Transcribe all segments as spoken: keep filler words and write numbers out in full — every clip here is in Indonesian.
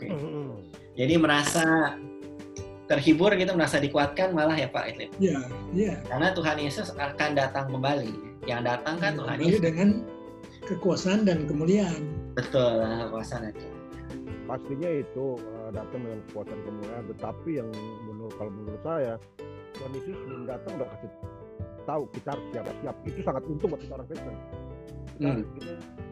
Okay. Jadi merasa terhibur gitu, merasa dikuatkan malah ya Pak Idlib. Iya, iya. Karena Tuhan Yesus akan datang kembali. Yang datang kan Tuhan kembali Yesus dengan kekuasaan dan kemuliaan. Betul, kekuasaan itu. Pastinya itu uh, datang dengan kekuasaan kemuliaan. Tetapi yang menurut kalau menurut saya, Tuhan Yesus belum datang udah kasih tahu kita harus siap-siap. Itu sangat untung buat kita orang Kristen. Kita Hmm. kita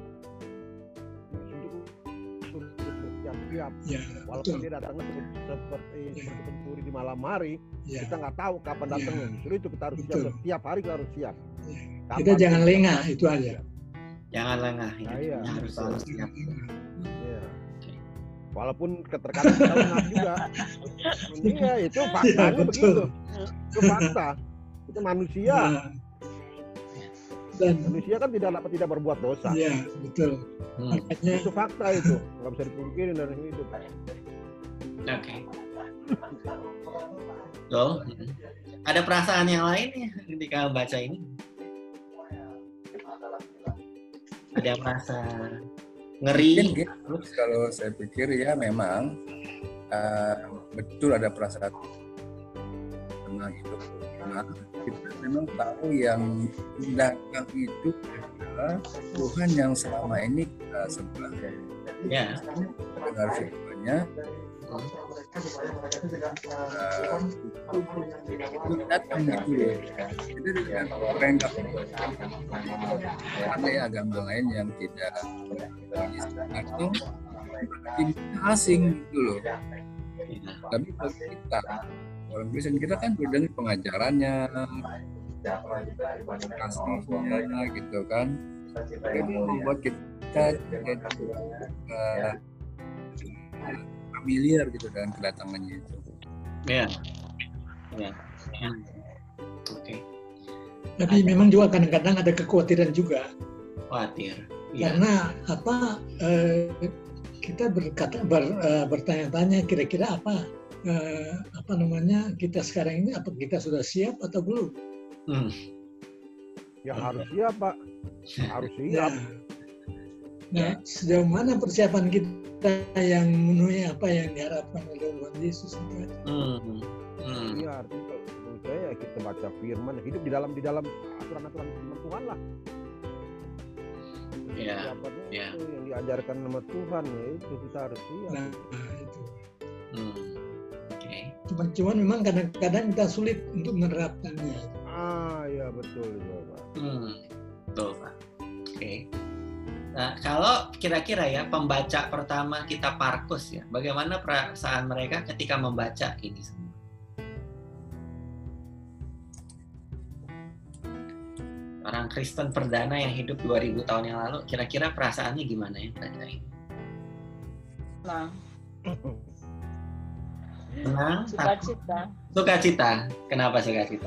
siap-siap. Ya, Walaupun betul. dia datangnya seperti seperti, Ya. seperti pencuri di malam hari, Ya. kita nggak tahu kapan Ya. datangnya. Justru itu kita harus Betul. siap. Setiap hari kita harus siap. Ya. Kapan Kita jangan pun. lengah, itu aja. Jangan lengah, ya. Nah, iya. Harus selalu siap. Iya. Walaupun terkadang kita lengah juga. Iya, itu faktanya Ya, betul. begitu. Itu fakta. Itu manusia. Nah, dan Manusia kan tidak dapat tidak berbuat dosa. ya, betul. Hmm. Makanya Itu fakta itu. Nggak bisa dipungkiri dari hidup. Oke. Okay. Loh, ada perasaan yang lain ya ketika membaca ini? Ada merasa ngeri? Mungkin gitu. Terus kalau saya pikir ya memang uh, betul ada perasaan tentang itu. Karena kita memang tahu yang datang itu adalah Tuhan yang selama ini kita sembah. Ya. Dengar firman-Nya. Uh, itu datang gitu loh. Jadi dengan orang ada agama lain yang tidak atau berarti asing gitu loh. Tapi bagi kita orang Kristen kita kan berdengar pengajarannya, kasihnya gitu kan, itu membuat kita jadi uh, familiar gitu dengan kedatangannya itu. Ya. Ya. Hmm. Oke. Okay. tapi memang juga kadang-kadang ada kekhawatiran juga. Khawatir. Ya. Karena apa eh, kita berkata ber, eh, bertanya-tanya kira-kira apa eh, apa namanya kita sekarang ini, apa kita sudah siap atau belum? Hmm. Ya harus siap, Pak. Harus Ya. siap. Nah, sejauh mana persiapan kita yang memenuhi apa yang diharapkan oleh Tuhan Yesus itu? Hmm. Hmm. Iya, artinya kalau menurut saya ya kita baca firman, hidup di dalam di dalam aturan-aturan firman Tuhan lah. Ya. Persiapannya Ya. itu yang diajarkan sama Tuhan, ya itu kita harus siap. Nah, itu. Hmm. Oke. Okay. Cuman, cuman memang kadang-kadang kita sulit untuk menerapkannya. Ah, ya betul itu, Pak. Hmm. Betul, Pak. Oke. Okay. Nah, kalau kira-kira ya pembaca pertama kita Parkus ya, bagaimana perasaan mereka ketika membaca ini semua? Orang Kristen perdana yang hidup dua ribu tahun yang lalu, kira-kira perasaannya gimana ya baca ini? Nah, Senang? sukacita. Sukacita. Kenapa sukacita?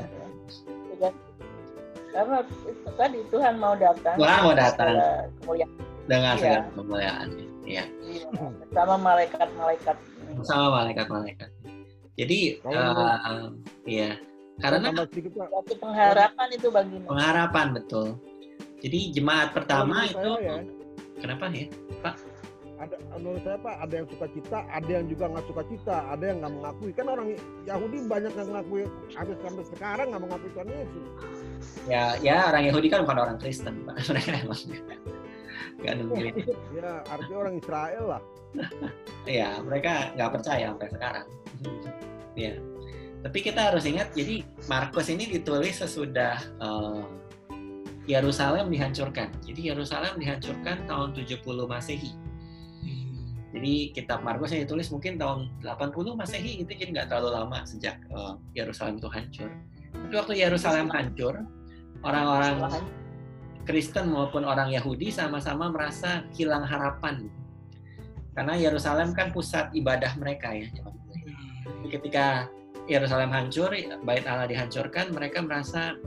Karena itu tadi Tuhan mau datang. Tuhan mau datang. Kemuliaan. Dengan Iya. segala kemuliaan. Iya. Sama malaikat-malaikat. Sama malaikat-malaikat. Jadi, uh, iya. Karena Suatu pengharapan itu bagi mereka. pengharapan betul. Jadi jemaat pertama itu, ya, kenapa ya, Pak? ada menurut saya Pak, ada yang suka cita, ada yang juga nggak suka cita, ada yang nggak mengakui. Kan orang Yahudi banyak yang mengakui, sampai sampai sekarang nggak mengakui Tuhan Yesus. Ya, ya orang Yahudi kan bukan orang Kristen, Pak. Mereka emang nggak memilih. Ya, artinya orang Israel lah. Ya, mereka nggak percaya sampai sekarang. Ya. Tapi kita harus ingat, jadi Markus ini ditulis sesudah uh, Yerusalem dihancurkan. Jadi Yerusalem dihancurkan tahun tujuh puluh Masehi. Jadi kitab Markus yang ditulis mungkin tahun delapan puluh Masehi gitu, jadi nggak terlalu lama sejak uh, Yerusalem itu hancur. Tapi waktu Yerusalem hancur, orang-orang Kristen maupun orang Yahudi sama-sama merasa hilang harapan. Karena Yerusalem kan pusat ibadah mereka ya. Jadi ketika Yerusalem hancur, Bait Allah dihancurkan, mereka merasa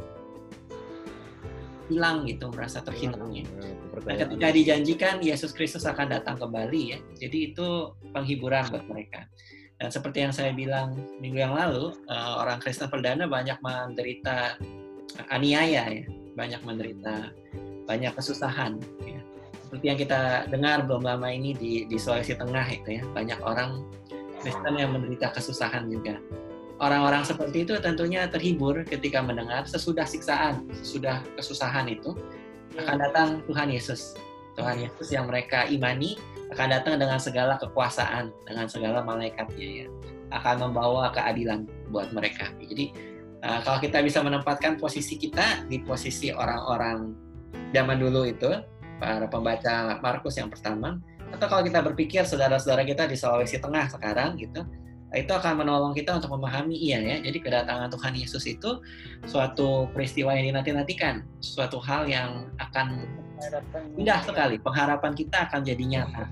hilang gitu, merasa terhilangnya. Nah, ketika dijanjikan Yesus Kristus akan datang kembali ya, jadi itu penghiburan buat mereka. Dan seperti yang saya bilang minggu yang lalu, orang Kristen perdana banyak menderita aniaya ya, banyak menderita banyak kesusahan ya. seperti yang kita dengar belum lama ini di, di Sulawesi Tengah itu ya, banyak orang Kristen yang menderita kesusahan juga. Orang-orang seperti itu tentunya terhibur ketika mendengar sesudah siksaan, sesudah kesusahan itu akan datang Tuhan Yesus. Tuhan Yesus yang mereka imani akan datang dengan segala kekuasaan, dengan segala malaikatnya ya, akan membawa keadilan buat mereka. Jadi uh, kalau kita bisa menempatkan posisi kita di posisi orang-orang zaman dulu itu, para pembaca Markus yang pertama, atau kalau kita berpikir saudara-saudara kita di Sulawesi Tengah sekarang gitu, itu akan menolong kita untuk memahami iya ya. Jadi kedatangan Tuhan Yesus itu suatu peristiwa yang dinanti-nantikan, suatu hal yang akan indah sekali. Pengharapan kita akan jadi nyata.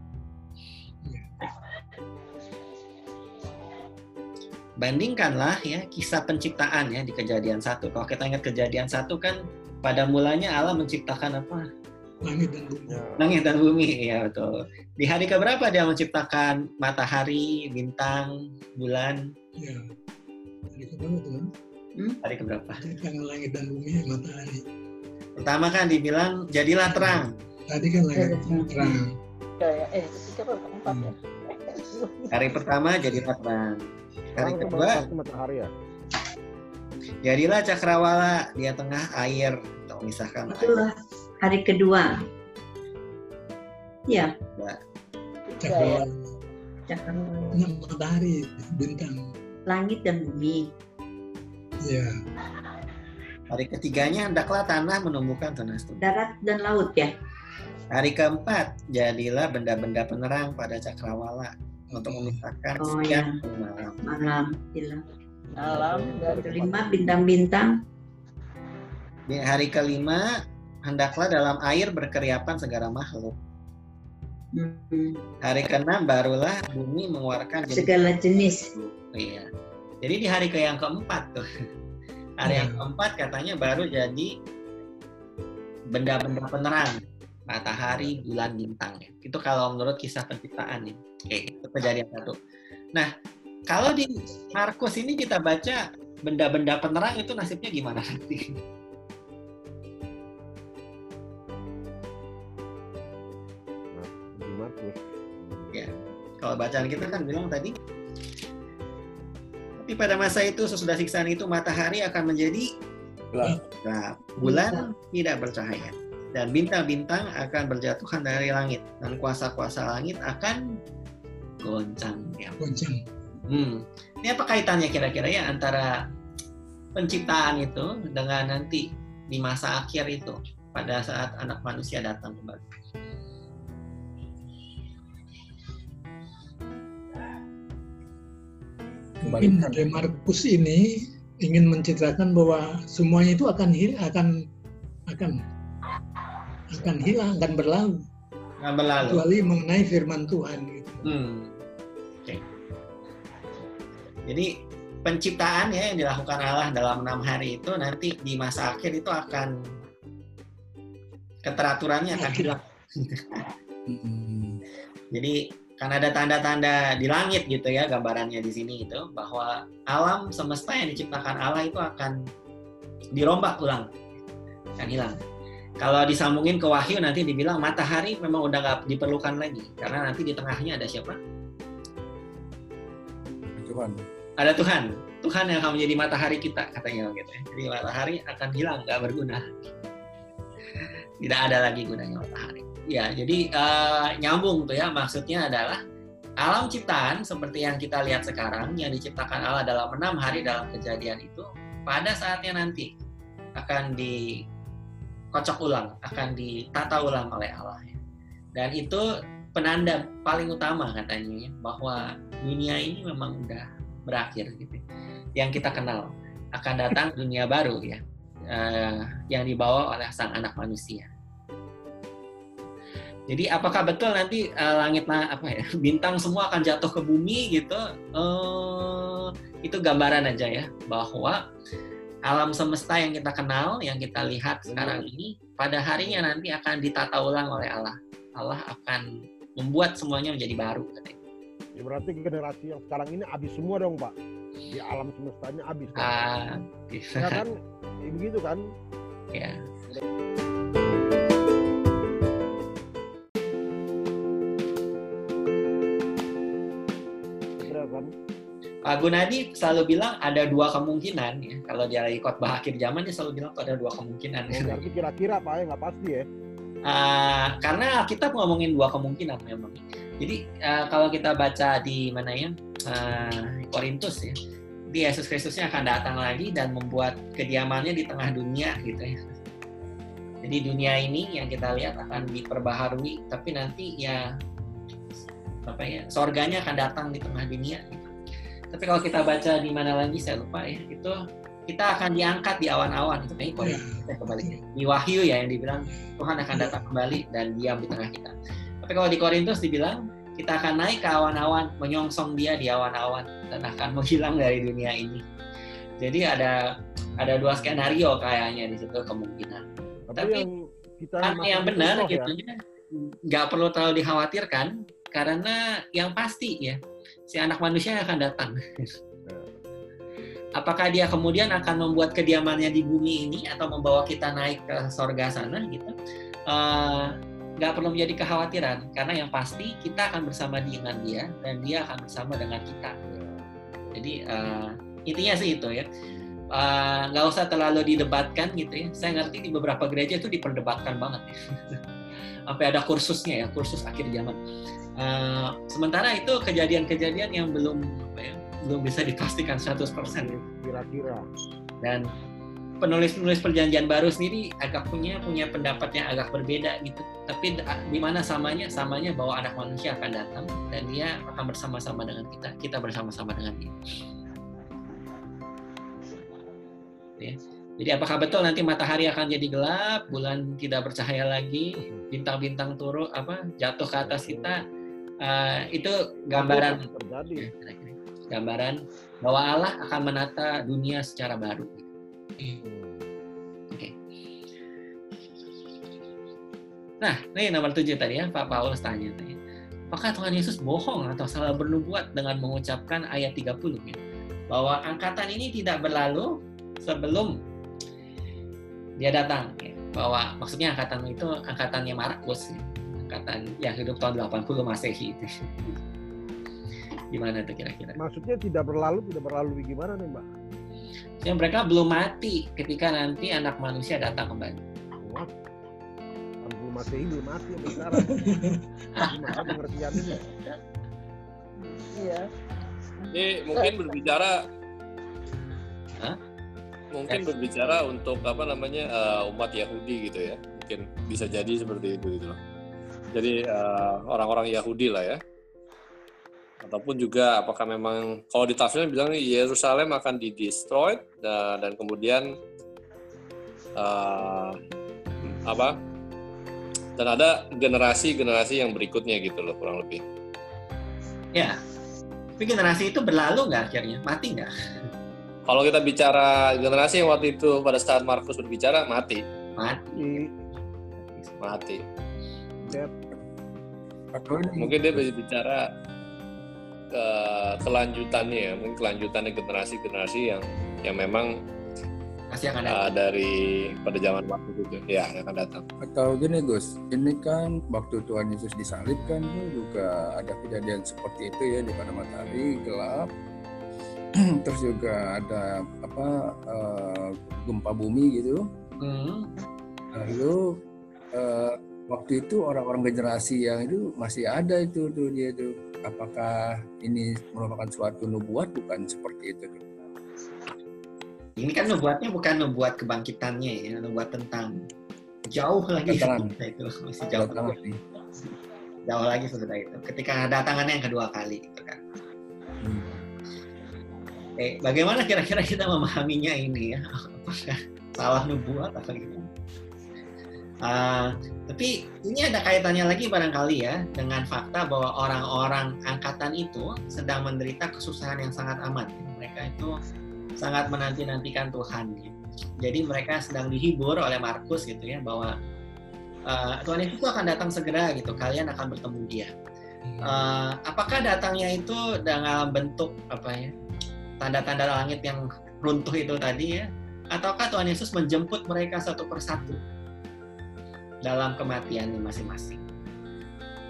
Bandingkanlah ya kisah penciptaan ya di Kejadian satu. Kalau kita ingat Kejadian satu kan pada mulanya Allah menciptakan apa? Langit dan bumi. Langit dan bumi, ya betul. Di hari keberapa dia menciptakan matahari, bintang, bulan? Ya. Hari keberapa tuh kan? Hmm? Hari keberapa? Menciptakan langit dan bumi, matahari. Pertama kan dibilang jadilah terang. Tadi kan langit terang. Eh, ketiga apa keempat ya? Hari pertama jadilah terang. Hari Terang kedua itu matahari ya. jadilah cakrawala di tengah air untuk memisahkan air. Itulah hari kedua. Ya. Cakrawala. Cakrawala. Nah, matahari, bintang. Langit dan bumi. Ya. Hari ketiganya hendaklah tanah menumbuhkan tunas-tunas. Darat dan laut ya. Hari keempat jadilah benda-benda penerang pada cakrawala untuk memisahkan Oh, siang ya. dan malam. Malam. Gila. Alam dari Kelima bintang-bintang. Di hari kelima hendaklah dalam air berkeriapan segala makhluk. Hmm. Hari keenam barulah bumi mengeluarkan jenis. Segala jenis. Iya. Jadi di hari ke yang keempat tuh. Hari yang keempat katanya baru jadi benda-benda penerang, matahari, bulan, bintang. Ya. Itu kalau menurut kisah penciptaan ya. Oke, itu Kejadian satu. Nah, kalau di Markus ini kita baca benda-benda penerang itu nasibnya gimana nanti? Nah, di Markus. Ya, kalau bacaan kita kan bilang tadi, tapi pada masa itu sesudah siksaan itu matahari akan menjadi Gelap. gelap, bulan tidak bercahaya, dan bintang-bintang akan berjatuhan dari langit, dan kuasa-kuasa langit akan goncang. Ya. Goncang. Hmm. Ini apa kaitannya kira-kira ya antara penciptaan itu dengan nanti di masa akhir itu pada saat anak manusia datang kembali? Mungkin dari Markus ini ingin menceritakan bahwa semuanya itu akan hil- akan akan akan hilang, akan berlalu. Nggak berlalu. Kecuali mengenai firman Tuhan. Gitu. Hmm. Oke. Jadi penciptaan ya yang dilakukan Allah dalam enam hari itu nanti di masa akhir itu akan keteraturannya akan hilang. Jadi kan ada tanda-tanda di langit gitu ya, gambarannya di sini itu bahwa alam semesta yang diciptakan Allah itu akan dirombak ulang, akan hilang. Kalau disambungin ke Wahyu nanti dibilang matahari memang udah nggak diperlukan lagi karena nanti di tengahnya ada siapa? Tuhan. Ada Tuhan. Tuhan yang akan menjadi matahari kita katanya gitu ya. Jadi matahari akan hilang, nggak berguna. Tidak ada lagi gunanya matahari. Ya, jadi uh, nyambung tuh ya, maksudnya adalah alam ciptaan seperti yang kita lihat sekarang yang diciptakan Allah dalam enam hari dalam Kejadian itu pada saatnya nanti akan dikocok ulang, akan ditata ulang oleh Allah. Dan itu penanda paling utama katanya ya, bahwa dunia ini memang udah berakhir gitu. Yang kita kenal akan datang dunia baru ya, uh, yang dibawa oleh Sang Anak Manusia. Jadi apakah betul nanti uh, langit apa ya, bintang semua akan jatuh ke bumi gitu? Uh, itu gambaran aja ya, bahwa alam semesta yang kita kenal, yang kita lihat sekarang ini, pada harinya nanti akan ditata ulang oleh Allah. Allah akan membuat semuanya menjadi baru. Katanya. Ya berarti generasi yang sekarang ini habis semua dong Pak. Di alam semestanya habis. Kan? Ah, ya kan, ya begitu kan? Ya. Pak Gunadi selalu bilang ada dua kemungkinan ya. Kalau dia lagi khotbah akhir zaman dia selalu bilang ada dua kemungkinan. Oh, berarti kira-kira Pak ya, nggak pasti ya? Uh, karena kita ngomongin dua kemungkinan memang. Jadi uh, kalau kita baca di mana ya uh, Korintus ya, di Yesus Kristusnya akan datang lagi dan membuat kediamannya di tengah dunia gitu ya. Jadi dunia ini yang kita lihat akan diperbaharui, tapi nanti ya apa ya, sorganya akan datang di tengah dunia. Gitu. Tapi kalau kita baca di mana lagi saya lupa ya, itu kita akan diangkat di awan-awan itu kayaknya Korintus kita kembali di Wahyu ya yang dibilang Tuhan akan datang kembali dan diam di tengah kita. Tapi kalau di Korintus dibilang kita akan naik ke awan-awan, menyongsong dia di awan-awan dan akan menghilang dari dunia ini. Jadi ada ada dua skenario kayaknya di situ kemungkinan. Tapi, Tapi yang kita yang benar ya. gitu ya, nggak perlu terlalu dikhawatirkan karena yang pasti ya si anak manusia akan datang. Apakah dia kemudian akan membuat kediamannya di bumi ini atau membawa kita naik ke sorga sana gitu? Uh, nggak perlu menjadi kekhawatiran karena yang pasti kita akan bersama dengan dia dan dia akan bersama dengan kita. Jadi uh, intinya sih itu ya. Uh, nggak usah terlalu didebatkan gitu ya. Saya ngerti di beberapa gereja itu diperdebatkan banget ya. Sampai ada kursusnya ya, kursus akhir zaman. Uh, sementara itu kejadian-kejadian yang belum apa ya, belum bisa dipastikan seratus persen kira-kira. Dan penulis-penulis perjanjian baru sendiri agak punya punya pendapat yang agak berbeda gitu. Tapi di mana samanya? Samanya bahwa anak manusia akan datang dan dia akan bersama-sama dengan kita, kita bersama-sama dengan dia. Ya. Jadi apakah betul nanti matahari akan jadi gelap, bulan tidak bercahaya lagi, bintang-bintang turun apa jatuh ke atas kita? Uh, itu gambaran terjadi. Gambaran bahwa Allah akan menata dunia secara baru. Oke. Okay. Nah, ini nomor tujuh tadi ya, Pak Paulus tanya tadi. Apakah Tuhan Yesus bohong atau salah bernubuat dengan mengucapkan ayat tiga puluh ya, bahwa angkatan ini tidak berlalu sebelum dia datang ya. Bahwa maksudnya angkatan itu angkatannya Markus ya. Angkatan yang hidup tahun delapan puluh Masehi itu. Gimana tuh kira-kira? Maksudnya tidak berlalu, tidak berlalu gimana nih Mbak? Yang mereka belum mati ketika nanti anak manusia datang kembali. What? delapan puluh Masehi belum mati sampai sekarang. Gimana pengertiannya nih? Iya. Ini mungkin berbicara Hah? mungkin berbicara untuk apa namanya uh, umat Yahudi gitu ya. Mungkin bisa jadi seperti itu gitu loh. Jadi uh, orang-orang Yahudi lah ya. Ataupun juga apakah memang kalau di tafsirnya bilang Yerusalem akan di-destroy dan, dan kemudian uh, apa? Dan ada generasi-generasi yang berikutnya gitu loh kurang lebih. Ya. Tapi generasi itu berlalu nggak akhirnya? Mati nggak? Kalau kita bicara generasi yang waktu itu pada saat Markus berbicara mati. Mati. Mati. Dead. Mungkin dia bisa bicara ke kelanjutannya ya, mungkin kelanjutannya generasi-generasi yang yang memang Masih akan uh, dari pada zaman waktu itu ya yang akan datang. Atau gini Gus, ini kan waktu Tuhan Yesus disalib kan juga ada kejadian seperti itu ya, di pada matahari gelap. Terus juga ada apa uh, gempa bumi gitu. Hmm. Lalu uh, waktu itu orang-orang generasi yang itu masih ada itu tuh dia itu. Apakah ini merupakan suatu nubuat? Bukan seperti itu. Ini kan nubuatnya bukan nubuat kebangkitannya ya, nubuat tentang jauh lagi setelah itu masih jauh lagi. Jauh lagi setelah itu. Ketika datangannya yang kedua kali gitu kan. Hmm. Eh, bagaimana kira-kira kita memahaminya ini ya? Apakah salah nubuat atau gimana? Uh, tapi ini ada kaitannya lagi barangkali ya dengan fakta bahwa orang-orang angkatan itu sedang menderita kesusahan yang sangat amat. Mereka itu sangat menanti-nantikan Tuhan. Ya. Jadi mereka sedang dihibur oleh Markus gitu ya bahwa uh, Tuhan Yesus itu akan datang segera gitu. Kalian akan bertemu Dia. Uh, apakah datangnya itu dalam bentuk apa ya? Tanda-tanda langit yang runtuh itu tadi ya? Ataukah Tuhan Yesus menjemput mereka satu persatu dalam kematiannya masing-masing?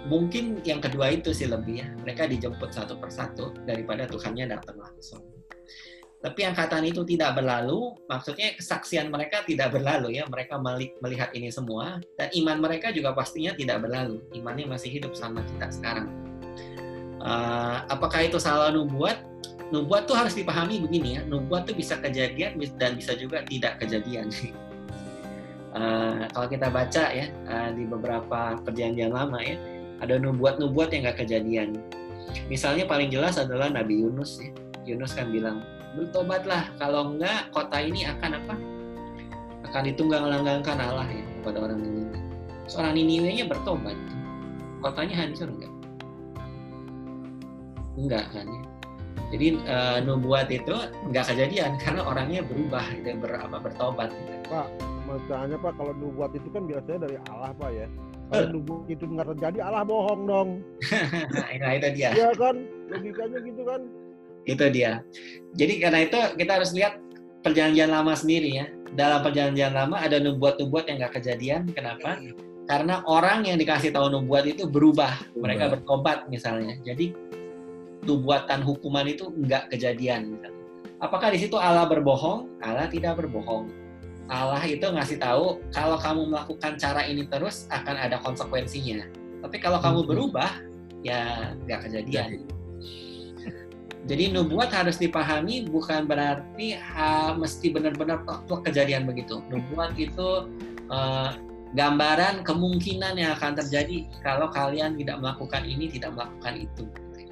mungkin yang kedua itu sih lebih ya. Mereka dijemput satu persatu daripada Tuhannya datang langsung. Tapi angkatan itu tidak berlalu, maksudnya kesaksian mereka tidak berlalu ya. Mereka melihat ini semua, dan iman mereka juga pastinya tidak berlalu. Imannya masih hidup sama kita sekarang. Uh, apakah itu salah nubuat? Nubuat tuh harus dipahami begini ya. Nubuat tuh bisa kejadian dan bisa juga tidak kejadian. Uh, kalau kita baca ya uh, di beberapa perjanjian lama ya, ada nubuat-nubuat yang nggak kejadian. Misalnya paling jelas adalah Nabi Yunus ya. Yunus kan bilang, bertobatlah, kalau enggak kota ini akan apa? Akan ditunggang-langgangkan Allah ya kepada orang Niniwe. Seorang Niniwe-nya bertobat, kotanya hancur enggak? Enggak kan ya. Jadi uh, nubuat itu enggak kejadian karena orangnya berubah, dia ber, apa, bertobat. Gitu. Pak, masalahnya Pak, kalau nubuat itu kan biasanya dari Allah Pak ya. Kalau uh. nubuat itu enggak terjadi, Allah bohong dong. Nah itu dia. Iya kan, logikanya gitu kan. Itu dia. Jadi karena itu kita harus lihat perjanjian lama sendiri ya. Dalam perjanjian lama ada nubuat-nubuat yang nggak kejadian. Kenapa? Karena orang yang dikasih tahu nubuat itu berubah. Mereka bertobat misalnya. Jadi nubuatan hukuman itu nggak kejadian. Misalnya. Apakah di situ Allah berbohong? Allah tidak berbohong. Allah itu ngasih tahu kalau kamu melakukan cara ini terus akan ada konsekuensinya. Tapi kalau kamu berubah, ya nggak kejadian. Jadi nubuat harus dipahami bukan berarti ha, mesti benar-benar plek kejadian begitu. Nubuat itu uh, gambaran kemungkinan yang akan terjadi kalau kalian tidak melakukan ini, tidak melakukan itu.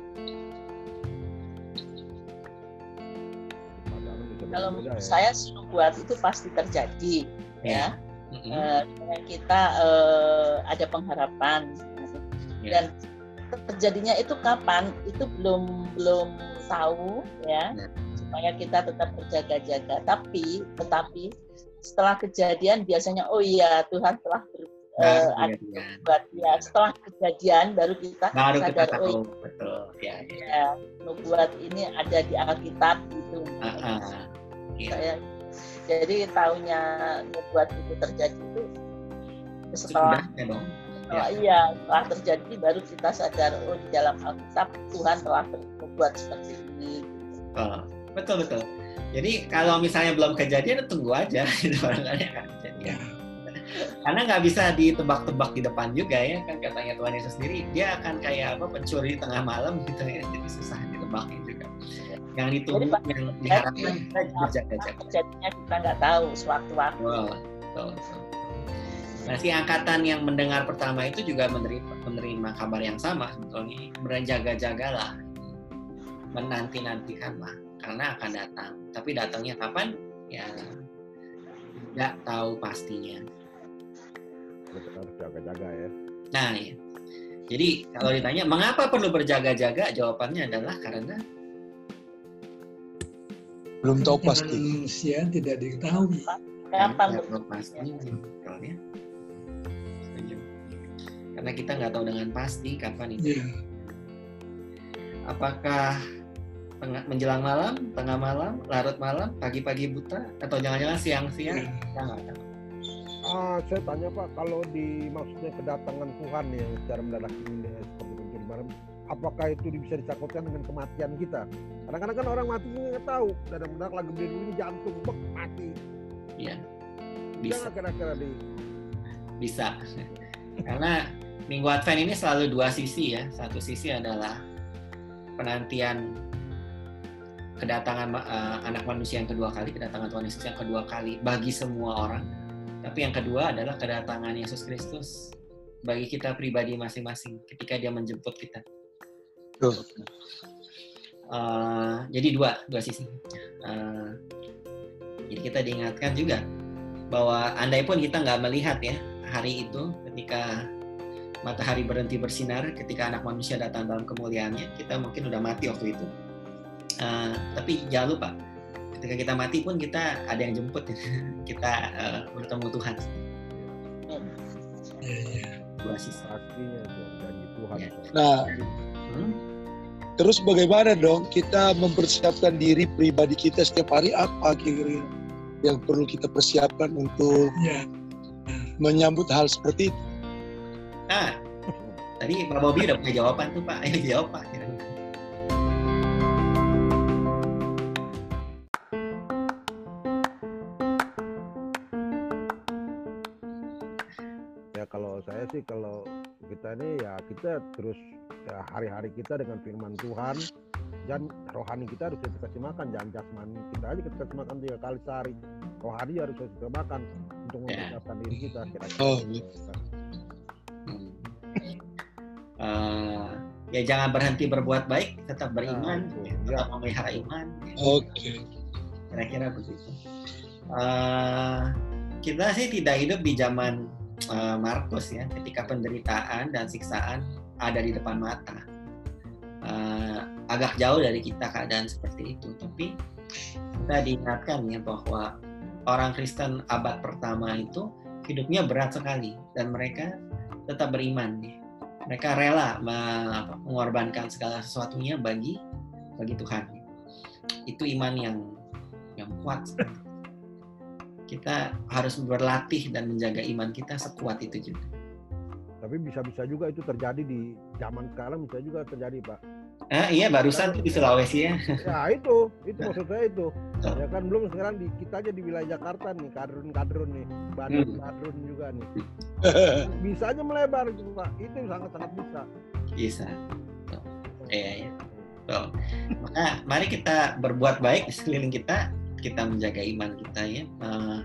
Kalau menurut saya nubuat itu pasti terjadi, ya. ya. Mm-hmm. Uh, kita uh, ada pengharapan yeah. dan terjadinya itu kapan itu belum belum tahu ya, nah. supaya kita tetap berjaga-jaga. Tapi tetapi setelah kejadian biasanya oh iya Tuhan telah ber, nah, uh, iya, buat ya setelah kejadian baru kita baru sadar kita tahu, oh betul ya, ya. ya nubuat ini ada di Alkitab gitu. Uh-uh. Iya. Saya, jadi tahunya nubuat itu terjadi itu setelah. Sudah, ya dong. Oh, iya, setelah terjadi baru kita sadar oh di dalam Alkitab Tuhan telah berbuat seperti ini. Oh, betul betul. Jadi kalau misalnya belum kejadian, tunggu aja, itu barangkali akan kejadian. Karena nggak bisa ditebak-tebak di depan juga ya, kan katanya Tuhan Yesus sendiri, dia akan kayak apa pencuri tengah malam gitu ya, jadi susah ditebaknya juga. Yang ditunggu, jadi, yang diharapkan kita berjaga-jaga. Jadinya kita nggak tahu sewaktu-waktu. Wow, betul betul. Nah, si angkatan yang mendengar pertama itu juga menerima, menerima kabar yang sama sebetulnya. Berjaga-jagalah, menanti-nantikanlah, karena akan datang. Tapi datangnya kapan? Ya, nggak tahu pastinya. Kita harus jaga-jaga ya. Nah, ya. Jadi kalau ditanya, mengapa perlu berjaga-jaga? Jawabannya adalah karena belum tahu pasti. Manusia tidak diketahui. Kapan belum pasti? Ya. Karena kita nggak tahu dengan pasti kapan itu. Yeah. Apakah tengah, menjelang malam, tengah malam, larut malam, pagi-pagi buta, atau jangan-jangan siang-siang? Yeah. Kita nggak tahu. Ah, saya tanya Pak, kalau di maksudnya kedatangan Tuhan yang secara mendadak ini seperti pencuri malam, apakah itu bisa disangkutkan dengan kematian kita? Kadang-kadang kan orang mati nggak tahu, dan mendadak lagi berdiri jantung, bek mati. Iya, bisa. Kira-kira di bisa. Karena Minggu Advent ini selalu dua sisi ya. Satu sisi adalah penantian kedatangan uh, anak manusia yang kedua kali, kedatangan Tuhan Yesus yang kedua kali bagi semua orang. Tapi yang kedua adalah kedatangan Yesus Kristus bagi kita pribadi masing-masing ketika dia menjemput kita. Uh, jadi dua, dua sisi. Uh, jadi kita diingatkan juga bahwa andai pun kita nggak melihat ya hari itu ketika matahari berhenti bersinar, ketika anak manusia datang dalam kemuliaannya, kita mungkin udah mati waktu itu. Uh, tapi jangan lupa, ketika kita mati pun kita ada yang jemput, kita uh, bertemu Tuhan. Dua sisi. Pastinya dari Tuhan. Ya. Nah, hmm? terus bagaimana dong kita mempersiapkan diri pribadi kita setiap hari, apa kira-kira yang perlu kita persiapkan untuk ya. menyambut hal seperti itu? Nah, Tadi Pak Bobby udah punya jawaban tuh Pak. Ayo jawab Pak. Ya kalau saya sih kalau kita ini ya kita terus ya, hari-hari kita dengan firman Tuhan dan rohani kita harus kita kasih makan, jangan jasmani kita aja kita kasih makan tiga kali sehari, rohani harus kita makan untuk mempersiapkan diri kita. Kira-kira. Oh, Hmm. Uh, ya jangan berhenti berbuat baik, tetap beriman, Nah, ya, itu. tetap Ya. memelihara iman. oke. Kira-kira begitu. Uh, kita sih tidak hidup di zaman uh, Markus ya, ketika penderitaan dan siksaan ada di depan mata. Uh, agak jauh dari kita keadaan seperti itu, tapi kita diingatkan ya bahwa orang Kristen abad pertama itu hidupnya berat sekali dan mereka tetap beriman ya. Mereka rela mengorbankan segala sesuatunya bagi bagi Tuhan. Itu iman yang yang kuat sekali. Kita harus berlatih dan menjaga iman kita sekuat itu juga. Tapi bisa-bisa juga itu terjadi di zaman sekarang, bisa juga terjadi Pak. Ah, iya barusan tuh di Sulawesi ya. Ya itu, itu maksud saya itu. Ya kan belum sekarang di kita aja di wilayah Jakarta nih, kadrun-kadrun nih, badrun-badrun juga nih. Bisa aja melebar gitu Pak, itu sangat-sangat bisa. Bisa. Iya, iya. Betul. Maka mari kita berbuat baik di sekeliling kita, kita menjaga iman kita ya. Uh,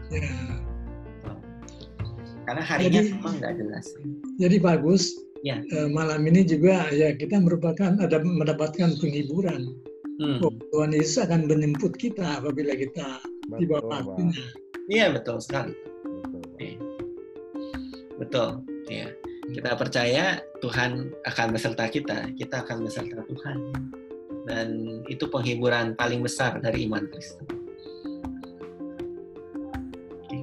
karena harinya Jadi- memang nggak jelas. Jadi bagus. Ya. Eh, malam ini juga ya kita merupakan ada mendapatkan penghiburan. Hmm. Oh, Tuhan Yesus akan menjemput kita apabila kita di Betul, bawah Pak. waktunya. Iya betul sekali. Betul, Pak. Iya. Betul. Ya. Kita percaya Tuhan akan beserta kita, kita akan beserta Tuhan. Dan itu penghiburan paling besar dari iman Kristen. Oke.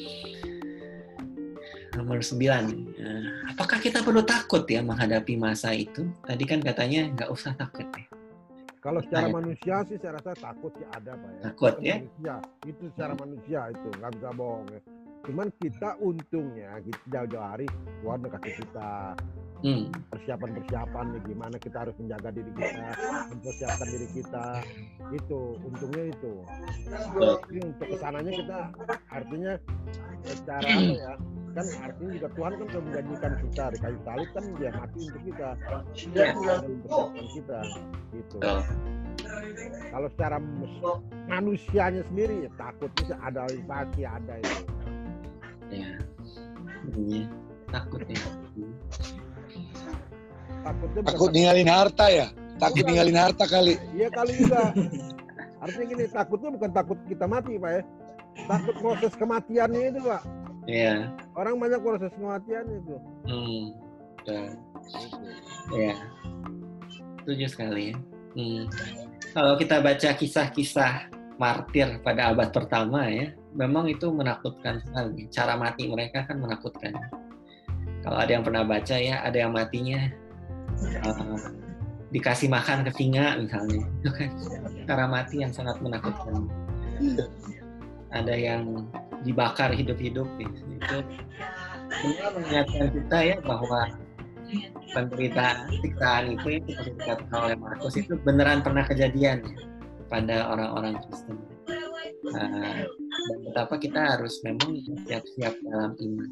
Nomor sembilan. Eh, apakah kita perlu takut ya menghadapi masa itu? Tadi kan katanya nggak usah takut ya. Kalau secara Ayat. manusia sih saya rasa takut sih ada Pak ya. Takut, Itu ya? manusia. Itu secara manusia itu nggak bisa bohong ya. Cuman kita untungnya kita jauh-jauh hari Tuhan udah kasih kita Hmm. persiapan-persiapan nih gimana kita harus menjaga diri kita, mempersiapkan diri kita. Itu untungnya itu. Tapi untuk kesananya kita artinya secara apa ya? Kan artinya juga Tuhan kan sudah menjanjikan kita di kayu salib kan dia mati untuk kita dan mempersiapkan kita gitu. Betul. Kalau secara mus- manusianya sendiri ya takutnya sih ada pasti ada itu. Ya. Iya. Takut ya. Hmm. Takutnya bukan Takut ninggalin harta ya? Takut ninggalin harta kali. Iya kali juga. Artinya gini, takutnya bukan takut kita mati Pak ya. Takut proses kematiannya itu Pak. Iya. Orang banyak proses kematian itu. Hmm. Betul. Gitu. Ya, setuju sekali ya. Hmm. Kalau kita baca kisah-kisah martir pada abad pertama ya, memang itu menakutkan sekali. Cara mati mereka kan menakutkan. Kalau ada yang pernah baca ya, ada yang matinya uh, dikasih makan ke singa misalnya. Itu kan cara mati yang sangat menakutkan. Ada yang dibakar hidup-hidup gitu. Itu benar mengingatkan kita ya bahwa penderitaan siksaan itu yang seperti dikatakan oleh Markus itu beneran pernah kejadian ya, pada orang-orang Kristen. Nah, dan betapa kita harus memang siap-siap dalam iman.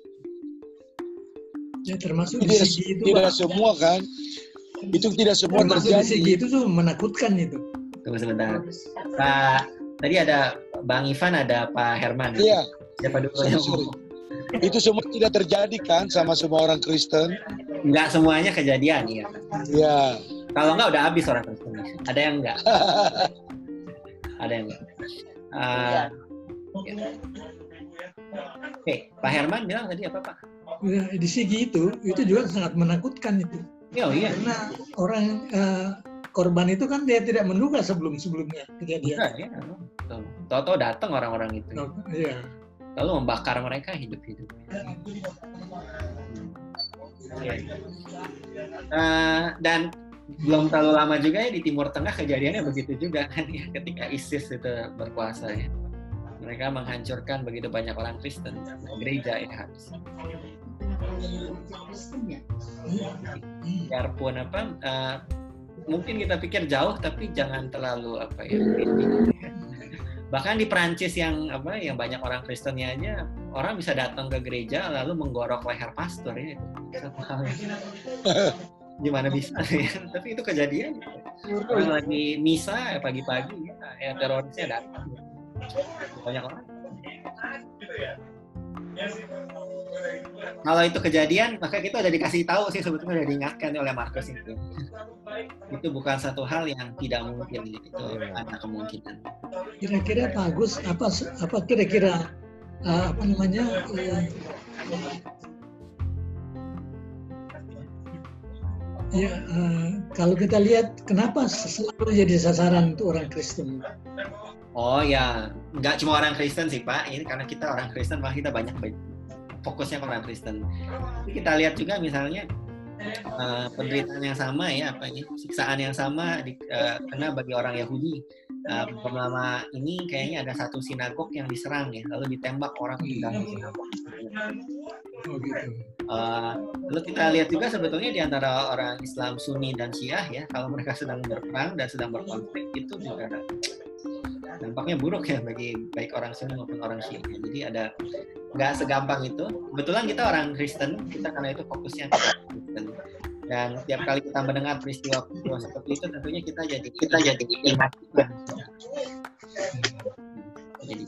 Ya termasuk di Tidak, segi itu, tidak Pak. semua kan? Itu tidak semua Termasuk di segi terjadi. itu tuh menakutkan itu. Tunggu sebentar. Pak, tadi ada Bang Ivan, ada Pak Herman. Iya, Siapa dulu sorry, yang sorry. ngomong? Itu semua tidak terjadi kan sama semua orang Kristen? Enggak semuanya kejadian ya. Ya. Kalau enggak udah habis orang Kristen. Ada yang enggak. Ada yang enggak. Uh, ya. Oke, Pak Herman bilang tadi apa Pak? Ya, di segi itu, itu juga sangat menakutkan itu. Oh iya. Karena orang eh, korban itu kan dia tidak menduga sebelum-sebelumnya kejadian. Iya, ya. Tahu-tahu datang orang-orang itu. Oh, iya. Lalu membakar mereka hidup-hidup. Ya. Uh, dan belum terlalu lama juga ya di Timur Tengah kejadiannya begitu juga kan ya, ketika ISIS itu berkuasa ya. Mereka menghancurkan begitu banyak orang Kristen, gereja ya harus. biarpun apa uh, mungkin kita pikir jauh tapi jangan terlalu apa ya. Bahkan di Prancis yang apa yang banyak orang Kristennya aja, orang bisa datang ke gereja lalu menggorok leher pastor ya itu satu hal yang gimana bisa ya, tapi itu kejadian. Orang lagi misa ya, pagi-pagi ya, ya terorisnya datang banyak orang. Kalau itu kejadian, maka kita udah dikasih tahu sih, sebetulnya udah diingatkan oleh Markus itu. Itu bukan satu hal yang tidak mungkin, itu ada kemungkinan. Kira-kira Pak Agus, apa apa kira-kira uh, apa namanya? Uh, ya, uh, kalau kita lihat kenapa selalu jadi sasaran untuk orang Kristen? Oh ya, nggak cuma orang Kristen sih Pak. Ini karena kita orang Kristen, malah kita banyak fokusnya ke orang Kristen. Tapi kita lihat juga misalnya uh, penderitaan yang sama ya, apa ini siksaan yang sama di, uh, kena bagi orang Yahudi. Uh, Lama ini kayaknya ada satu sinagog yang diserang ya, lalu ditembak orang di dalam sinagog. Uh, lalu kita lihat juga sebetulnya di antara orang Islam Sunni dan Syiah ya, kalau mereka sedang berperang dan sedang berkonflik itu juga dampaknya buruk ya bagi baik orang Sunni maupun orang Syiah. Jadi ada nggak segampang itu. Kebetulan kita orang Kristen, kita karena itu fokusnya ke Kristen. Dan setiap kali kita mendengar peristiwa-peristiwa seperti itu, tentunya kita jadi kita jadi iman. Jadi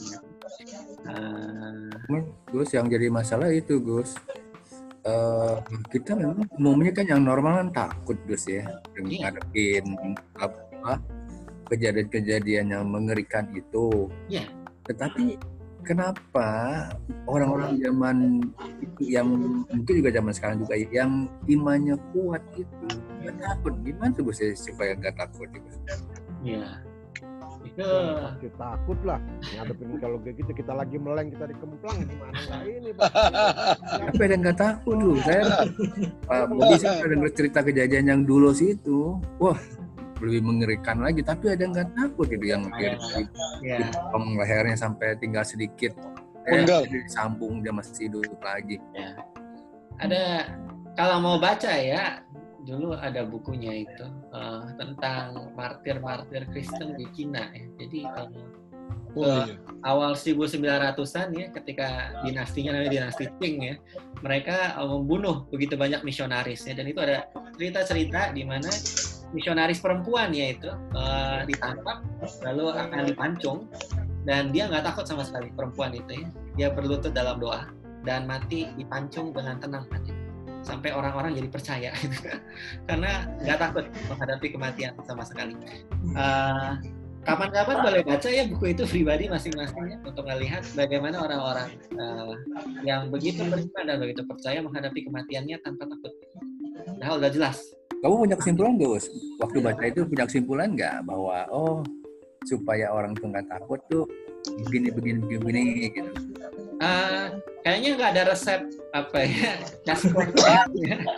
uh, Gus, yang jadi masalah itu Gus. Uh, kita memang umumnya kan yang normal kan takut Gus ya, dengan ngadepin apa kejadian-kejadian yang mengerikan itu. Iya. Tetapi kenapa orang-orang zaman itu yang mungkin juga zaman sekarang juga yang imannya kuat itu nggak takut? Gimana tuh Gus supaya nggak takut itu? Iya. Itu pasti takut lah. Ngadepin kalau kayak gitu kita lagi meleng, kita dikemplang gimana nggak ini Pak? Tapi ada nggak takut tuh. Saya Pak Budi sih ada dengar cerita kejadian yang dulu sih itu. Wah, lebih mengerikan lagi, tapi ada nggak takut itu yang ya. dipotong lehernya sampai tinggal sedikit, eh, disambung dia masih hidup lagi. Ya. Ada kalau mau baca ya, dulu ada bukunya itu uh, tentang martir-martir Kristen di Cina ya. Jadi uh, oh, ke iya. awal seribu sembilan ratusan ya, ketika dinastinya namanya dinasti Qing ya, mereka uh, membunuh begitu banyak misionaris ya, dan itu ada cerita-cerita di mana misionaris perempuan yaitu uh, ditangkap lalu akan dipancung, dan dia nggak takut sama sekali perempuan itu ya, dia berlutut dalam doa dan mati dipancung dengan tenang mati, sampai orang-orang jadi percaya karena nggak takut menghadapi kematian sama sekali. Uh, kapan-kapan boleh baca ya buku itu pribadi masing-masingnya untuk melihat bagaimana orang-orang uh, yang begitu beriman dan begitu percaya menghadapi kematiannya tanpa takut. Nah, udah jelas. Kamu punya kesimpulan Gus? Waktu baca itu punya kesimpulan nggak bahwa oh supaya orang tuh nggak takut tuh begini begini begini gitu? Uh, kayaknya nggak ada resep apa ya, uh,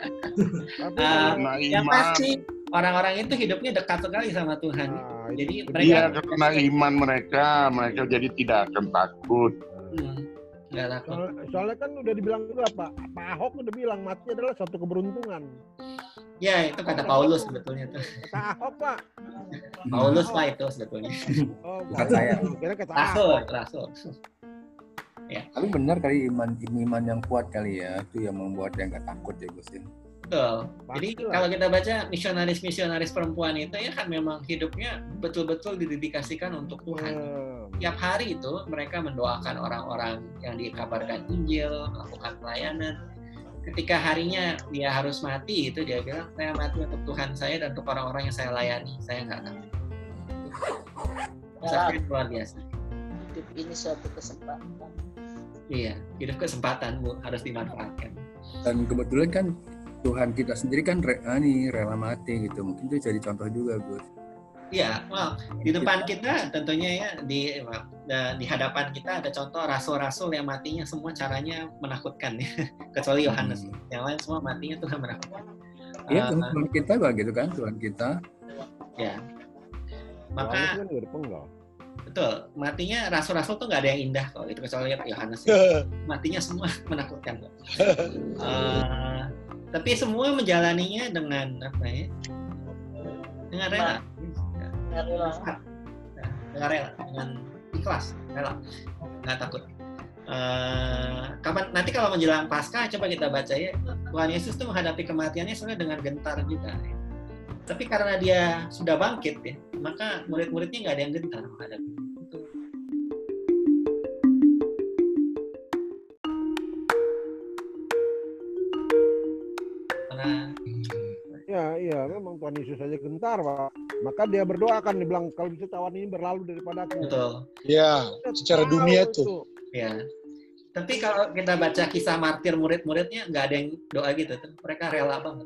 yang pasti orang-orang itu hidupnya dekat sekali sama Tuhan. Nah, jadi mereka mereka karena iman mereka, mereka jadi tidak akan takut. Hmm, nggak takut. Soalnya, soalnya kan udah dibilang juga Pak, Pak Ahok udah bilang mati adalah suatu keberuntungan. Ya itu kata Paulus sebetulnya tuh. Kata Ahok Pak. Paulus Pak itu sebetulnya. Oh, bukan saya. Kira kata Rasul, Rasul. Ya. Tapi benar kali iman iman yang kuat kali ya, itu yang membuat dia nggak takut ya Gus ya. Betul. Jadi kalau kita baca misionaris-misionaris perempuan itu ya kan memang hidupnya betul-betul didedikasikan untuk Tuhan. Hmm. Tiap hari itu mereka mendoakan orang-orang yang dikabarkan Injil, melakukan pelayanan. Ketika harinya dia harus mati itu dia bilang, saya mati untuk Tuhan saya dan untuk orang-orang yang saya layani. Saya nggak tahu. Sangat luar biasa. Hidup ini suatu kesempatan. Iya, hidup kesempatan Bu, harus dimanfaatkan. Dan kebetulan kan Tuhan kita sendiri kan re, nih, rela mati gitu. Mungkin itu jadi contoh juga Gus. Iya, well, di depan kita tentunya ya di di hadapan kita ada contoh rasul-rasul yang matinya semua caranya menakutkan ya, kecuali Yohanes. Hmm. Yang lain semua matinya Tuhan menakutkan. Iya, uh, Tuhan kita begitu kan, Tuhan kita. Ya. Maka Betul, matinya rasul-rasul tuh nggak ada yang indah kok, itu kecuali Yohanes ya. Matinya semua menakutkan kok. Uh, tapi semua menjalaninya dengan apa ya? Dengan rela, dengan rela, dengan rela, dengan ikhlas, rela, nggak takut. Uh, kapan nanti kalau menjelang Paskah coba kita baca ya, Tuhan Yesus tuh menghadapi kematiannya sebenarnya dengan gentar juga. Ya. Tapi karena dia sudah bangkit ya, maka murid-muridnya nggak ada yang gentar menghadapi. Karena ya, iya, memang Tuhan Yesus saja gentar, Pak. Maka dia berdoa kan, dia bilang kalau bisa cawan ini berlalu daripada aku. Betul. Ya, secara dunia tuh. Ya. Tapi kalau kita baca kisah martir murid-muridnya nggak ada yang doa gitu, tuh. Mereka rela banget.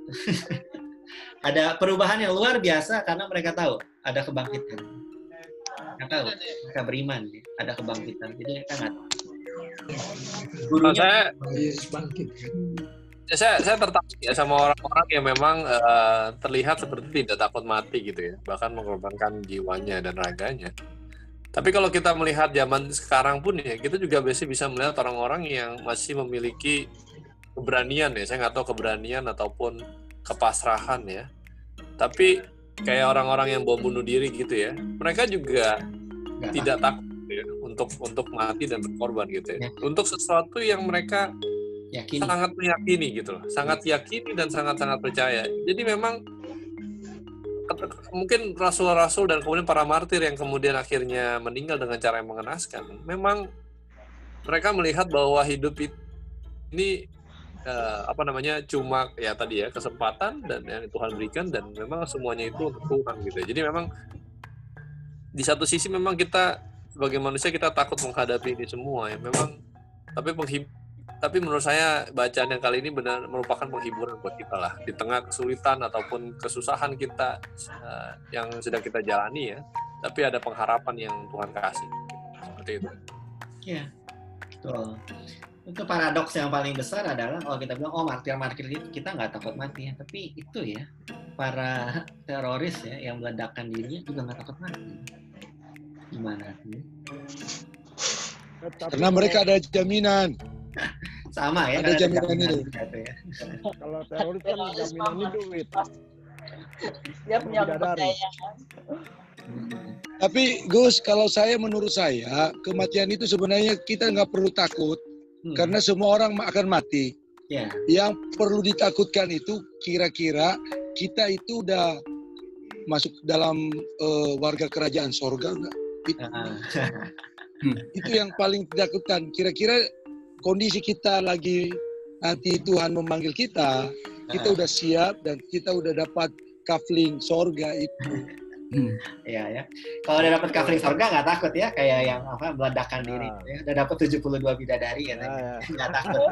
Ada perubahan yang luar biasa karena mereka tahu ada kebangkitan. Mereka tahu, mereka beriman, ada kebangkitan. Jadi mereka nggak tahu. Gurunya, saya, bangkit. saya, saya tertarik ya sama orang-orang yang memang uh, terlihat seperti tidak takut mati gitu ya, bahkan mengorbankan jiwanya dan raganya. Tapi kalau kita melihat zaman sekarang pun ya, kita juga biasanya bisa melihat orang-orang yang masih memiliki keberanian ya. Saya nggak tahu keberanian ataupun kepasrahan ya, tapi kayak orang-orang yang bom bunuh diri gitu ya, mereka juga Gak tidak takut ya, untuk untuk mati dan berkorban gitu ya, ya. Untuk sesuatu yang mereka yakini. Sangat meyakini gitu loh, sangat yakini dan sangat-sangat percaya. Jadi memang mungkin rasul-rasul dan kemudian para martir yang kemudian akhirnya meninggal dengan cara yang mengenaskan, memang mereka melihat bahwa hidup ini Uh, apa namanya cuma ya tadi ya kesempatan dan yang Tuhan berikan dan memang semuanya itu untuk Tuhan gitu. Jadi memang di satu sisi memang kita sebagai manusia kita takut menghadapi ini semua ya memang, tapi penghib tapi menurut saya bacaan yang kali ini benar merupakan penghiburan buat kita lah di tengah kesulitan ataupun kesusahan kita uh, yang sedang kita jalani ya, tapi ada pengharapan yang Tuhan kasih seperti itu. Iya, betul. Itu paradoks yang paling besar adalah kalau kita bilang oh martir-martir itu kita nggak takut mati ya, tapi itu ya para teroris ya yang meledakkan dirinya juga nggak takut mati. Gimana sih? Karena mereka ada jaminan. Sama ya. Ada jaminan, jaminan itu. Ya. Kalau teroris kan jaminannya duit. Dia punya kepercayaan. Tapi Gus, kalau saya menurut saya kematian itu sebenarnya kita nggak perlu takut. Hmm. Karena semua orang akan mati. Yeah. Yang perlu ditakutkan itu kira-kira kita itu udah masuk dalam uh, warga kerajaan sorga nggak? Itu, uh-huh. hmm. itu yang paling ditakutkan. Kira-kira kondisi kita lagi nanti Tuhan memanggil kita, kita uh-huh. udah siap dan kita udah dapat kafling sorga itu. Hmm. Ya ya. Kalau udah dapat kafling sorga nggak takut ya, kayak yang apa meledakan diri, ah. ya. Udah dapat tujuh puluh dua bidadari katanya, nggak ah, ya. takut.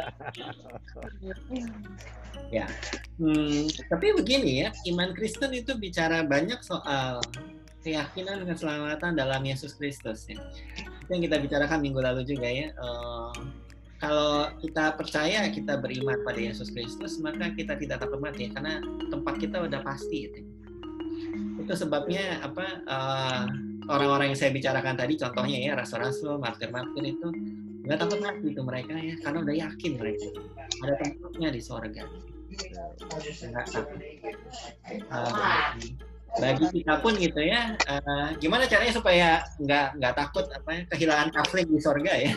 Ya. Hmm, tapi begini ya, iman Kristen itu bicara banyak soal keyakinan dan keselamatan dalam Yesus Kristus. Ya. Itu yang kita bicarakan minggu lalu juga ya. Uh, kalau kita percaya, kita beriman pada Yesus Kristus, maka kita tidak takut mati karena tempat kita udah pasti. Gitu. Itu sebabnya apa uh, orang-orang yang saya bicarakan tadi contohnya ya rasul-rasul, martir-martir itu nggak takut mati itu mereka ya karena udah yakin mereka ada tempatnya di sorga. Nggak takut. Uh, bagi kita pun gitu ya, uh, gimana caranya supaya nggak nggak takut apa ya kehilangan kafling di sorga ya?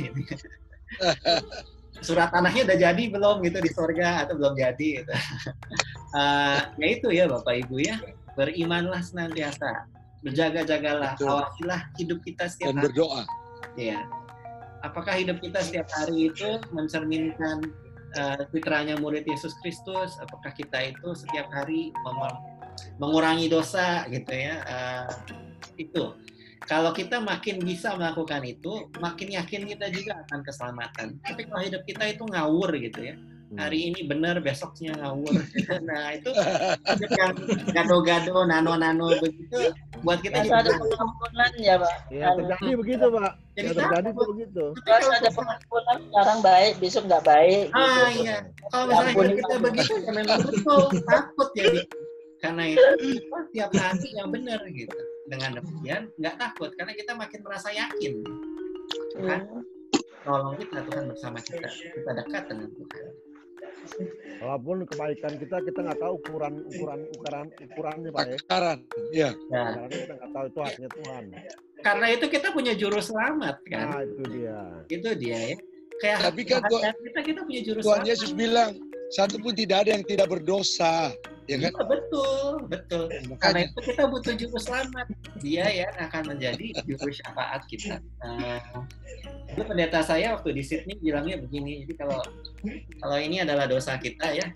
Surat tanahnya udah jadi belum gitu di sorga atau belum jadi? Gitu. Uh, ya itu ya Bapak Ibu ya. Berimanlah senantiasa, berjaga-jagalah, awasilah hidup kita setiap dan hari. Berdoa. Ya. Apakah hidup kita setiap hari itu mencerminkan uh, citranya murid Yesus Kristus? Apakah kita itu setiap hari mem- mengurangi dosa gitu ya? Uh, itu. Kalau kita makin bisa melakukan itu, makin yakin kita juga akan keselamatan. Tapi kalau hidup kita itu ngawur gitu ya. Hari ini benar, besoknya ngawur. Nah itu yang gado-gado, nano-nano begitu buat kita juga ada pengampunan ya Pak. Ya terjadi begitu Pak. Jadi ya, terjadi itu begitu. Kalau ada pengampunan sekarang baik, besok nggak baik. Ah gitu. iya. Kalau misalnya kita begitu ya memang betul takut jadi. Karena itu tiap hari yang benar gitu. Dengan demikian nggak takut karena kita makin merasa yakin Tuhan tolong kita, Tuhan bersama kita, kita dekat dengan Tuhan. Walaupun kebaikan kita kita nggak tahu ukuran ukuran ukuran ukurannya Pak ya. Ukuran, ya. Ya. Karena kita nggak tahu itu haknya Tuhan. Karena itu kita punya juru selamat kan. Nah itu dia. Itu dia ya. Kayak tapi kan kita kita punya juru Tuhan selamat. Yesus bilang satu pun tidak ada yang tidak berdosa. Ya kan? Ya, betul, betul. Makanya. Karena itu kita butuh juru selamat. Dia yang akan menjadi juru syafaat kita. Nah, itu pendeta saya waktu di Sydney bilangnya begini. Jadi kalau kalau ini adalah dosa kita ya,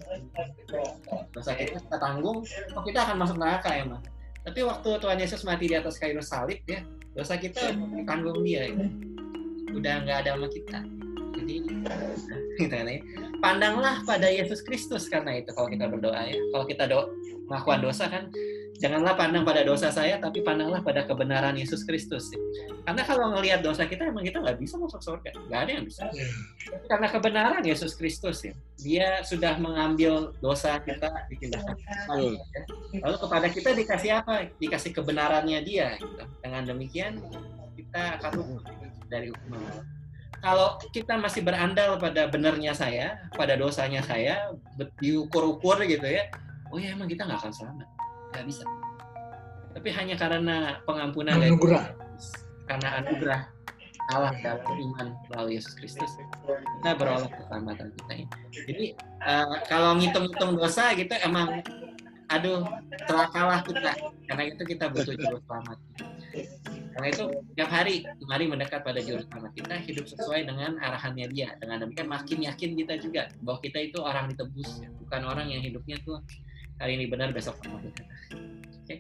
dosa kita kita tanggung, oh kita akan masuk neraka ya Mas. Tapi waktu Tuhan Yesus mati di atas kayu salib ya, dosa kita ditanggung dia. Ya. Udah nggak ada sama kita. Jadi kita nih pandanglah pada Yesus Kristus karena itu kalau kita berdoa ya. Kalau kita do melakukan dosa kan janganlah pandang pada dosa saya tapi pandanglah pada kebenaran Yesus Kristus. Ya. Karena kalau ngelihat dosa kita emang kita nggak bisa masuk surga. Nggak ada yang bisa. Karena kebenaran Yesus Kristus ya. Dia sudah mengambil dosa kita dipindahkan. Ya. Lalu kepada kita dikasih apa? Dikasih kebenarannya dia gitu. Dengan demikian kita akan luput dari hukuman. Kalau kita masih berandal pada benernya saya, pada dosanya saya, diukur-ukur gitu ya, oh ya emang kita nggak akan selamat, nggak bisa. Tapi hanya karena pengampunan dari anugerah, karena anugerah Allah dalam iman melalui Yesus Kristus, kita beroleh keselamatan kita ini. Jadi uh, kalau ngitung-ngitung dosa gitu emang, aduh celakalah kita, karena itu kita butuh juru selamat. Karena itu tiap hari, mari mendekat pada juru selamat kita, hidup sesuai dengan arahannya dia. Dengan demikian makin yakin kita juga bahwa kita itu orang ditebus, ya. Bukan orang yang hidupnya tuh hari ini benar besok sama kita. Oke.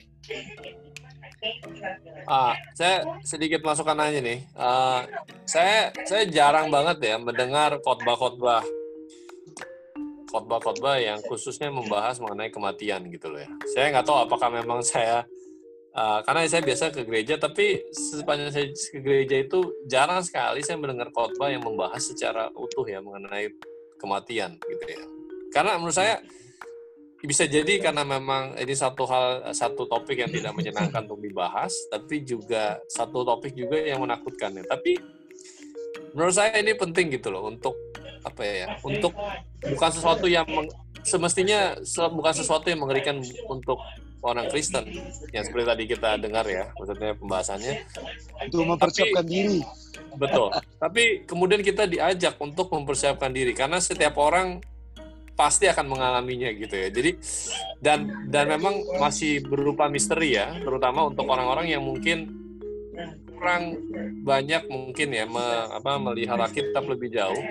Ah, saya sedikit masukan aja nih. Uh, saya saya jarang banget ya mendengar khotbah-khotbah khotbah-khotbah yang khususnya membahas mengenai kematian gitu loh ya. Saya nggak tahu apakah memang saya Uh, karena saya biasa ke gereja, tapi sepanjang saya ke gereja itu jarang sekali saya mendengar khotbah yang membahas secara utuh ya mengenai kematian gitu ya. Karena menurut saya bisa jadi karena memang ini satu hal, satu topik yang tidak menyenangkan untuk dibahas, tapi juga satu topik juga yang menakutkan ya. Tapi menurut saya ini penting gitu loh untuk apa ya? Untuk bukan sesuatu yang meng, semestinya bukan sesuatu yang mengerikan untuk orang Kristen yang seperti tadi kita dengar ya, maksudnya pembahasannya untuk mempersiapkan tapi, diri. Betul. Tapi kemudian kita diajak untuk mempersiapkan diri karena setiap orang pasti akan mengalaminya gitu ya. Jadi dan dan memang masih berupa misteri ya, terutama untuk orang-orang yang mungkin kurang banyak mungkin ya me, apa melihara kitab lebih jauh.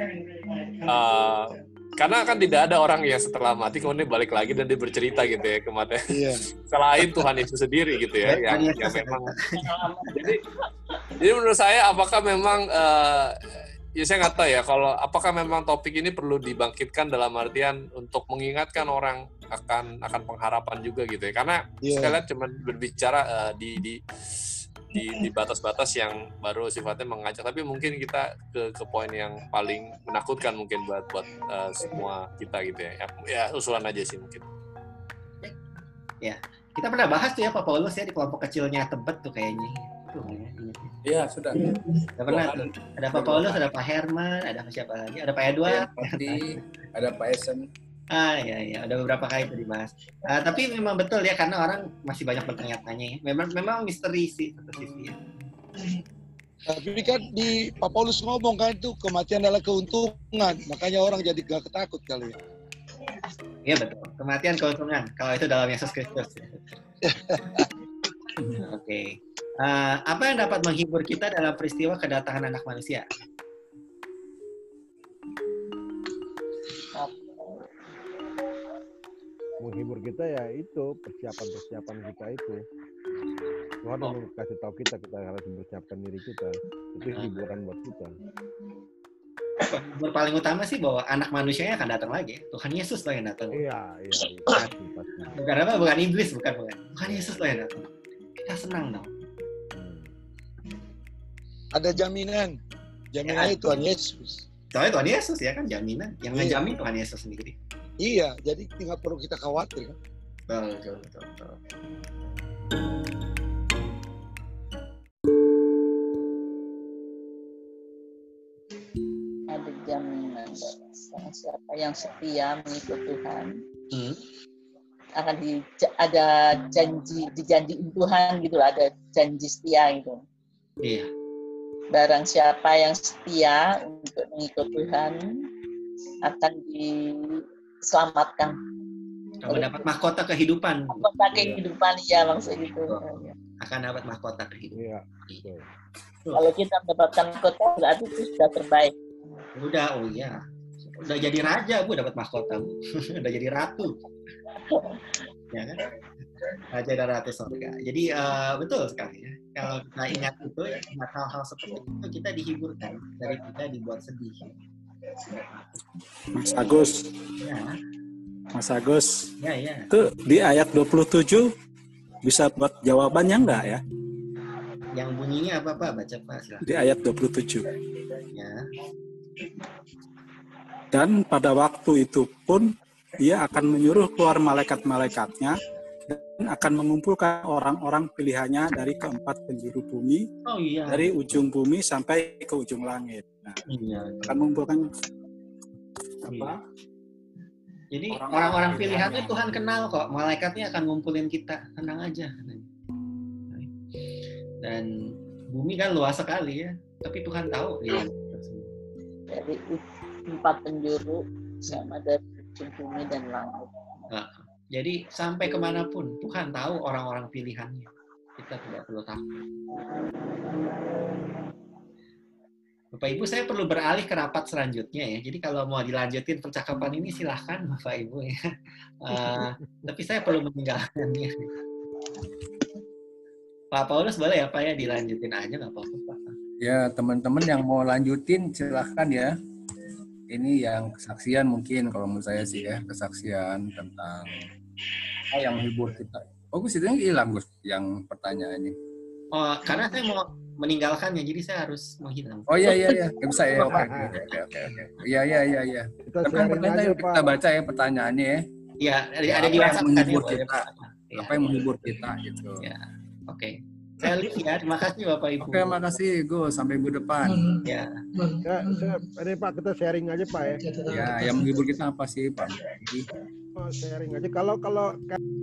Uh, Karena kan tidak ada orang yang setelah mati kemudian balik lagi dan dia bercerita gitu ya kematian. Iya. Selain Tuhan Yesus sendiri gitu ya, yang, yang memang. Jadi, jadi menurut saya apakah memang, uh, ya saya nggak tahu ya, kalau apakah memang topik ini perlu dibangkitkan dalam artian untuk mengingatkan orang akan akan pengharapan juga gitu ya. Karena yeah. saya lihat cuma berbicara uh, di di di di batas-batas yang baru sifatnya mengajak, tapi mungkin kita ke ke poin yang paling menakutkan mungkin buat buat uh, semua kita gitu ya. Ya usulan aja sih mungkin. Ya, kita pernah bahas tuh ya Pak Paulus ya di kelompok kecilnya Tebet tuh kayaknya. Iya, sudah. Sudah pernah tuh. Ada Pak Paulus, ada Pak Herman, ada siapa lagi? Ada Pak Edward, ada Pak Esen. Ah ya ya, ada beberapa kali itu dibahas. Uh, tapi memang betul ya karena orang masih banyak bertanya-tanya ya. Memang memang misteri sih satu sisi ya. Tapi kan di Pak Paulus ngomong kan itu kematian adalah keuntungan, makanya orang jadi gak ketakut kali ya. Iya betul, kematian keuntungan kalau itu dalam Yesus Kristus. Ya. Oke, okay. uh, apa yang dapat menghibur kita dalam peristiwa kedatangan Anak Manusia? Menghibur kita ya itu persiapan-persiapan kita itu. Tuhan oh. mau kasih tahu kita kita harus mempersiapkan diri kita. Itu hiburan buat kita. Hibur paling utama sih bahwa Anak Manusianya akan datang lagi. Tuhan Yesus lah yang datang. Iya, iya. iya pasti, pasti. Bukan apa? Bukan iblis, bukan bukan. Tuhan Yesus lah yang datang. Kita senang dong. Hmm. Ada jaminan. Jaminannya ya, Tuhan Yesus. Soalnya Tuhan Yesus ya kan jaminan. Yang iya. ngejamin Tuhan Yesus sendiri. Iya, jadi tidak perlu kita khawatir kan. Betul, betul, betul. Ada jaminan siapa yang setia mengikut Tuhan. Hmm. Akan di, ada janji dijanjiin Tuhan gitu, ada janji setia gitu. Iya. Barang siapa yang setia untuk mengikut Tuhan akan diselamatkan. Akan dapat mahkota kehidupan. Mahkota kehidupan, ya maksudnya itu. Akan dapat mahkota kehidupan. Iya. Kalau kita mendapatkan mahkota berarti itu sudah terbaik. Udah, oh iya. Udah jadi raja, Bu, dapat mahkota. Udah jadi ratu. Ya kan? Raja dan ratu surga. Jadi uh, betul sekali ya. Kalau kita ingat itu, ingat hal-hal seperti itu, kita dihiburkan daripada dibuat sedih. Mas Agus. Ya. Mas Agus. Ya, ya. Itu di ayat dua puluh tujuh bisa buat jawabannya enggak ya? Yang bunyinya apa Pak? Baca Pak, silakan. Di ayat dua puluh tujuh. Ya. Dan pada waktu itu pun Ia akan menyuruh keluar malaikat-malaikatnya dan akan mengumpulkan orang-orang pilihannya dari keempat penjuru bumi, oh, iya. dari ujung bumi sampai ke ujung langit. Nah, iya. akan mengumpulkan apa? Iya. Jadi orang-orang pilihannya Tuhan kenal kok, malaikatnya akan ngumpulin kita, tenang aja. Dan bumi kan luas sekali ya, tapi Tuhan tahu. Ya. Dari empat penjuru sama dari ujung bumi dan langit. Nah, jadi sampai kemanapun Tuhan tahu orang-orang pilihannya. Kita tidak perlu takut. Bapak Ibu, saya perlu beralih ke rapat selanjutnya ya. Jadi kalau mau dilanjutin percakapan ini silahkan Bapak Ibu ya. Uh, tapi saya perlu meninggalkannya. Pak Paulus boleh ya Pak ya dilanjutin aja nggak apa-apa Pak. Ya teman-teman yang mau lanjutin silahkan ya. Ini yang kesaksian mungkin kalau menurut saya sih ya, kesaksian tentang apa yang menghibur kita. Oh Gus, itu yang hilang Gus, yang pertanyaannya. Oh, karena saya mau meninggalkannya, jadi saya harus menghilang. Oh iya iya iya, nggak bisa ya. Oke oke oke oke. Iya iya iya iya. Tapi yang pertanyaan kita baca ya pertanyaannya ya. Iya, ada, ada di WhatsApp kan menghibur ya, kita. Ya. Apa yang menghibur kita gitu. Ya. Oke. Okay. Saya lihat ya, terima kasih Bapak Ibu. Oke, makasih Gus, sampai minggu depan. Ya. Ya, saya, ini Pak, kita sharing aja Pak ya. Ya, yang menghibur kita apa sih Pak? Oh, sharing aja. Kalau kalau